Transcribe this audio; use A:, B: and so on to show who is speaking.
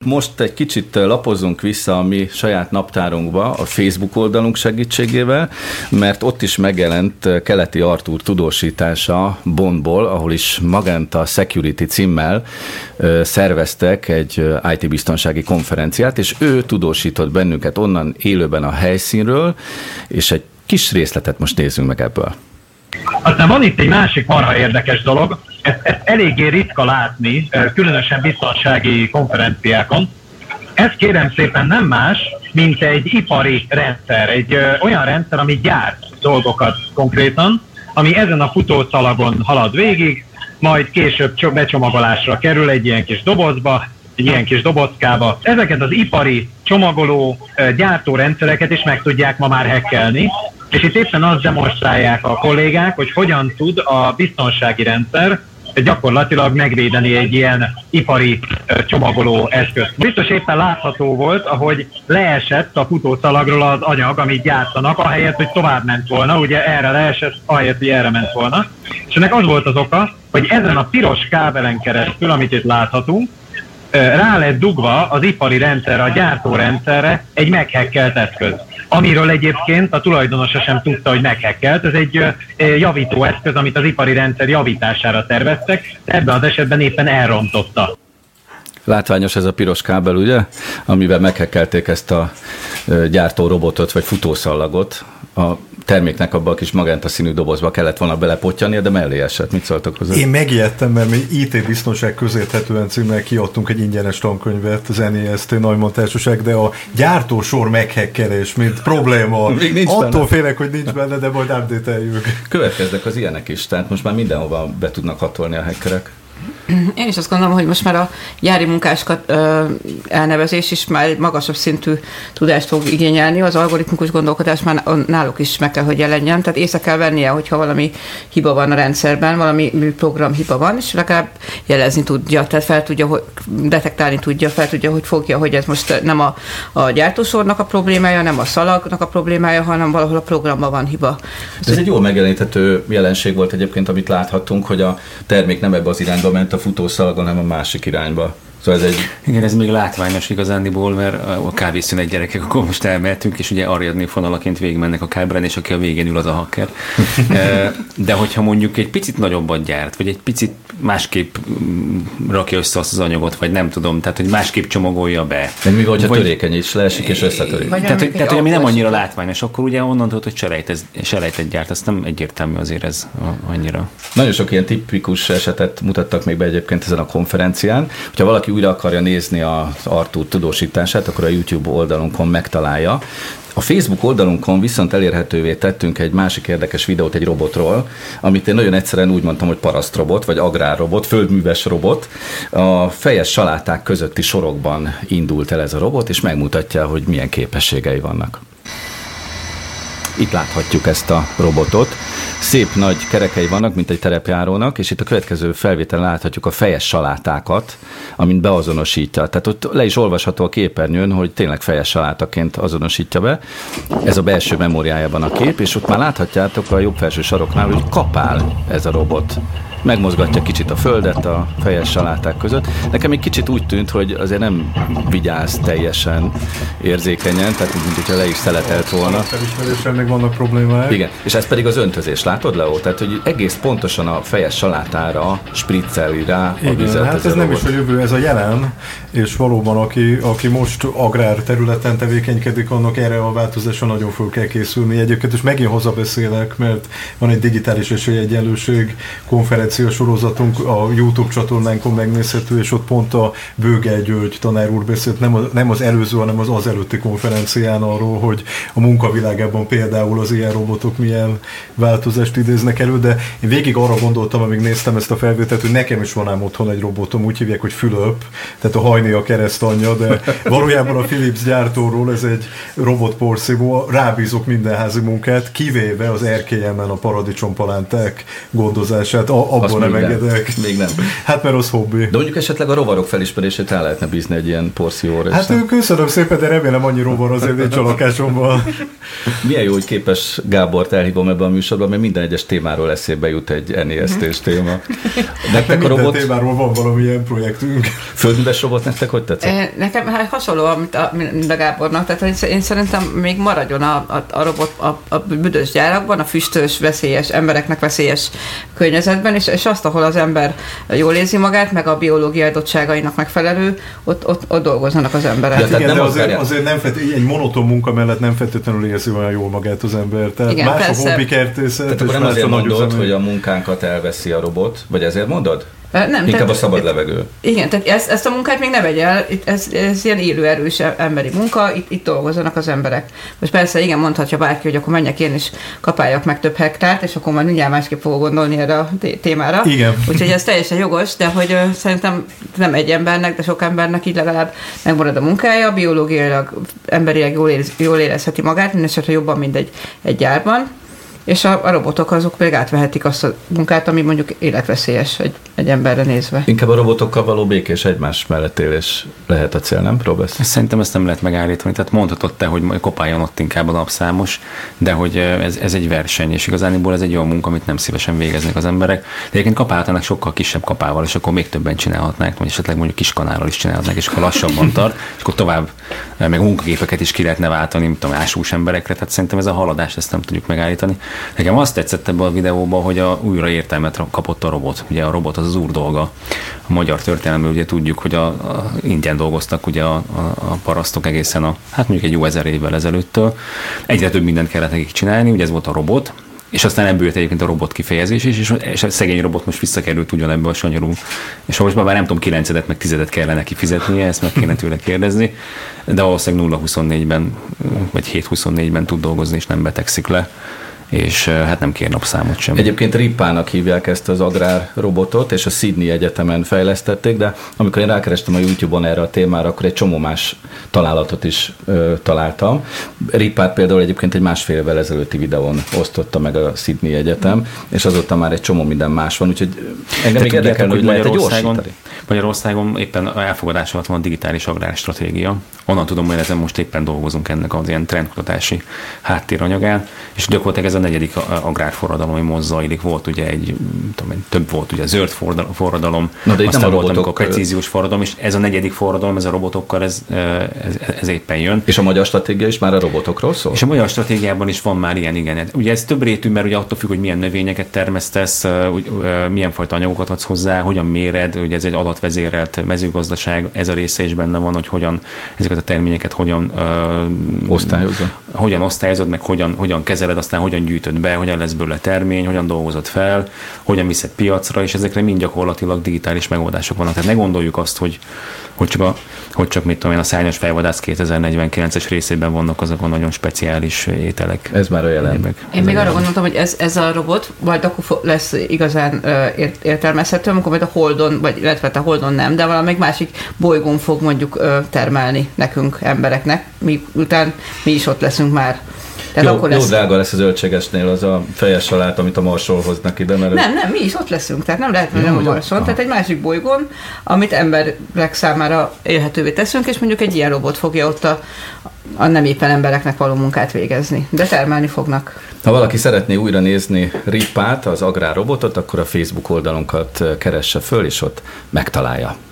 A: Most egy kicsit lapozzunk vissza a mi saját naptárunkba a Facebook oldalunk segítségével, mert ott is megjelent Keleti Artúr tudósítása Bonnból, ahol is Magenta Security címmel szerveztek egy IT-biztonsági konferenciát, és ő tudósított bennünket onnan élőben a helyszínről, és egy kis részletet most nézzünk meg ebből.
B: Aztán van itt egy másik marha érdekes dolog, ezt eléggé ritka látni, különösen biztonsági konferenciákon. Ez kérem szépen nem más, mint egy ipari rendszer, egy olyan rendszer, ami gyárt dolgokat konkrétan, ami ezen a futószalagon halad végig, majd később becsomagolásra kerül egy ilyen kis dobozba, egy ilyen kis dobozkába. Ezeket az ipari csomagoló gyártórendszereket is meg tudják ma már hackelni, és itt éppen azt demonstrálják a kollégák, hogy hogyan tud a biztonsági rendszer gyakorlatilag megvédeni egy ilyen ipari csomagoló eszközt. Biztos éppen látható volt, ahogy leesett a futószalagról az anyag, amit gyártanak, ahelyett, hogy tovább ment volna, ugye erre leesett, ahelyett, hogy erre ment volna. És ennek az volt az oka, hogy ezen a piros kábelen keresztül, amit itt láthatunk, rá lett dugva az ipari rendszer, a gyártórendszerre egy meghackelt eszköz, amiről egyébként a tulajdonosa sem tudta, hogy meghackelt. Ez egy javító eszköz, amit az ipari rendszer javítására terveztek, ebben az esetben éppen elrontotta.
A: Látványos ez a piros kábel, ugye? Amivel meghackelték ezt a gyártó robotot, vagy futószallagot. A terméknek abban a kis magenta színű dobozba kellett volna belepottyania, de mellé esett. Mit szóltok hozzá?
C: Én megijedtem, mert mi IT-biztonság közérthetően címmel kiadtunk egy ingyenes tankönyvet, az NIST Neumann Társaság, de a gyártósor meghackelés, mint probléma. Attól félek, hogy nincs benne, de majd update-eljük.
A: Következnek az ilyenek is, tehát most már mindenhova be tudnak hatolni a hackerek.
D: Én is azt gondolom, hogy most már a gyári munkáskat elnevezés is már magasabb szintű tudást fog igényelni, az algoritmikus gondolkodás már náluk is meg kell, hogy jelenjen, tehát észre kell vennie, hogyha valami hiba van a rendszerben, valami program hiba van, és legalább jelezni tudja, tehát fel tudja, hogy detektálni tudja, fel tudja, hogy fogja, hogy ez most nem a gyártósornak a problémája, nem a szalagnak a problémája, hanem valahol a programban van hiba.
A: Ez egy jól megjeleníthető jelenség volt egyébként, amit láthattunk, hogy a termék nem ebbe az irányba ment a futószalagon, hanem a másik irányba. Szóval
E: Igen, ez még látványos igazándiból, mert a kávészünet gyerekek, akkor most elmehetünk, és ugye Ariadné fonalaként végigmennek a kábelen, és aki a végén ül, az a hacker. De hogyha mondjuk egy picit nagyobbat gyárt, vagy egy picit másképp rakja össze azt az anyagot, vagy nem tudom, tehát hogy másképp csomagolja be.
A: De mi volt, ha törékeny is leesik és összetörik?
E: Tehát hogy ami nem annyira látványos, akkor ugye onnan tudod, hogy selejtet gyárt, azt nem egyértelmű azért ez annyira.
A: Nagyon sok ilyen tipikus esetet mutattak még be egyébként ezen a konferencián. Hogyha valaki újra akarja nézni az Artúr tudósítását, akkor a YouTube oldalunkon megtalálja. A Facebook oldalunkon viszont elérhetővé tettünk egy másik érdekes videót egy robotról, amit én nagyon egyszerűen úgy mondtam, hogy parasztrobot, vagy agrárrobot, földműves robot. A fejes saláták közötti sorokban indult el ez a robot, és megmutatja, hogy milyen képességei vannak. Itt láthatjuk ezt a robotot. Szép nagy kerekei vannak, mint egy terepjárónak, és itt a következő felvételen láthatjuk a fejes salátákat, amint beazonosítja. Tehát ott le is olvasható a képernyőn, hogy tényleg fejes salátaként azonosítja be. Ez a belső memóriájában a kép, és ott már láthatjátok a jobb felső saroknál, hogy kapál ez a robot. Megmozgatja kicsit a földet a fejes saláták között. Nekem egy kicsit úgy tűnt, hogy azért nem vigyáz teljesen érzékenyen, tehát mint hogyha le is szeletelt volna.
C: Felismeréssel még vannak problémák.
A: Igen, és ez pedig az öntözés, látod, Leo? Tehát, hogy egész pontosan a fejes salátára spricceli rá a vizet.
C: Hát ez nem is a jövő, ez a jelen, és valóban aki most agrár területen tevékenykedik, annak erre a változásra nagyon föl kell készülni. Egyébként is megint hazabeszélek, mert van egy digitális esélyegyenlőség konferencia sorozatunk, a YouTube csatornánkon megnézhető, és ott pont a Bőgel György tanár úr beszélt, nem az előző, hanem az előtti konferencián arról, hogy a munkavilágában például az ilyen robotok milyen változást idéznek elő, de én végig arra gondoltam, amíg néztem ezt a felvételt, hogy nekem is van ám otthon egy robotom, úgy hívják, hogy Fülöp, tehát a hajné a keresztanyja, de valójában a Philips gyártóról ez egy robotporszívó, rábízok minden házi munkát, kivéve az erkélyemen a paradicsompalánták gondozását. abból nem engedek.
A: Még nem.
C: Hát mert az hobbi.
A: De mondjuk esetleg a rovarok felismerését el lehetne bízni egy ilyen porcióra.
C: Hát köszönöm szépen, de remélem annyi rovar azért nincs a lakásomban.
A: Milyen jó, hogy képes Gábort elhívom ebben a műsorban, mert minden egyes témáról eszébe jut egy NEST-s téma.
C: Nektek a robot... témáról van valamilyen projektünk.
A: Földműves robot nektek hogy tetszett?
D: Nekem hasonló, mint a Gábornak. Tehát én szerintem még maradjon a robot a büdös gyárakban, a füstös, veszélyes, embereknek veszélyes környezetben, és azt, ahol az ember jól érzi magát, meg a biológiai adottságainak megfelelő, ott dolgoznak az emberek.
C: Ja, igen, de azért nem egy monoton munka mellett nem feltétlenül érzi olyan jól magát az ember. Tehát igen, más persze. A hobbikertészet.
A: Tehát akkor nem azért mondod, hogy a munkánkat elveszi a robot? Vagy ezért mondod?
D: Nem,
A: inkább a szabad levegő.
D: Igen, tehát ezt a munkát még ne vegy el, ez ilyen élő, erős emberi munka, itt dolgozzanak az emberek. Most persze igen, mondhatja bárki, hogy akkor menjek én is kapáljak meg több hektárt, és akkor már mindjárt másképp fogok gondolni erre a témára.
C: Igen.
D: Úgyhogy ez teljesen jogos, de hogy szerintem nem egy embernek, de sok embernek így legalább megmarad a munkája, biológiailag, emberileg jól érezheti magát, mindesetre jobban, mint egy gyárban. És a robotok azok még átvehetik azt a munkát, ami mondjuk életveszélyes egy emberre nézve.
A: Inkább a robotokkal való békés egymás mellett élés lehet a cél, nem, Robesz?
E: Szerintem ezt nem lehet megállítani. Tehát mondhatod te, hogy kopáljon ott inkább a napszámos, de hogy ez egy verseny, és igazániból ez egy olyan munka, amit nem szívesen végeznek az emberek. De egyébként kapáltanak sokkal kisebb kapával, és akkor még többen csinálhatnák, vagy esetleg mondjuk kiskanálral is csinálhatnák, és akkor lassabban tart, és akkor tovább meg munkagépeket is ki lehetne váltani, mint tudom, ásós emberekre. Tehát szerintem ez a haladás, ezt nem tudjuk megállítani. Nekem azt tetszett ebben a videóban, hogy újra értelmet kapott a robot. Ugye a robot az úr dolga. A magyar történelemben ugye tudjuk, hogy ingyen dolgoztak ugye a parasztok egészen hát mondjuk egy jó 1000 évvel ezelőttől. Egyre több mindent kellett nekik csinálni, ugye ez volt a robot, és aztán ebből jött egyébként a robot kifejezés is, és a szegény robot most visszakerült ugyanebbe a sanyarú. És most már nem tudom, 9-et meg 10-et kellene neki fizetnie, ezt meg kéne tőle kérdezni, de valószínűleg 0-24-ben vagy 7-24-ben tud dolgozni, és nem betegszik le. És hát nem kér napszámot sem.
A: Egyébként Rippának hívják ezt az agrárrobotot, és a Sydney Egyetemen fejlesztették, de amikor én rákerestem a YouTube-on erre a témára, akkor egy csomó más találatot is találtam. Rippát például egyébként egy 1,5 évvel ezelőtti videón osztotta meg a Sydney Egyetem, és azóta már egy csomó minden más van, úgyhogy engem még érdekelne, hogy lehet gyorsítani.
E: Magyarországon éppen elfogadás alatt van a digitális agrárstratégia. Onnan tudom, hogy ezen most éppen dolgozunk ennek az ilyen trendkutatási háttéranyagán, és gyakorlatilag ez a 4. agrárforradalom, ami most zajlik. Volt ugye több volt ugye zöld forradalom, aztán volt amikor precíziós forradalom, és ez a 4. forradalom, ez a robotokkal, ez éppen jön.
A: És a magyar stratégia is már a robotokról szól?
E: És a magyar stratégiában is van már ilyen, igen. Ugye ez több rétű, mert ugye attól függ, hogy milyen növényeket termesztesz, milyen fajta anyagokat adsz hozzá, hogyan méred, ugye ez egy adatvezérelt mezőgazdaság, ez a része is benne van, hogy hogyan ezeket a terményeket hogyan osztályozod, meg hogyan kezeled, aztán hogyan gyűjtöd be, hogyan lesz belőle termény, hogyan dolgozod fel, hogyan viszed piacra, és ezekre mind gyakorlatilag digitális megoldások vannak. Tehát ne gondoljuk azt, hogy csak mit tudom én, a Szárnyas fejvadász 2049-es részében vannak azok a nagyon speciális ételek.
A: Ez már a jelen.
D: Én még arra gondoltam, hogy ez a robot majd akkor lesz igazán értelmezhető, amikor majd a Holdon, vagy illetve a Holdon nem, de valamelyik másik bolygón fog mondjuk termelni nekünk, embereknek, után mi is ott leszünk már.
A: Jó drága lesz a zöldségesnél az a fejes salát, amit a Marsról hoznak ide. Mert
D: nem, mi is ott leszünk, tehát nem lehet, hogy nem a Marson, tehát egy másik bolygón, amit emberek számára élhetővé teszünk, és mondjuk egy ilyen robot fogja ott a nem éppen embereknek való munkát végezni, de termelni fognak.
A: Ha valaki szeretné újra nézni Rippát, az agrárrobotot, akkor a Facebook oldalunkat keresse föl, és ott megtalálja.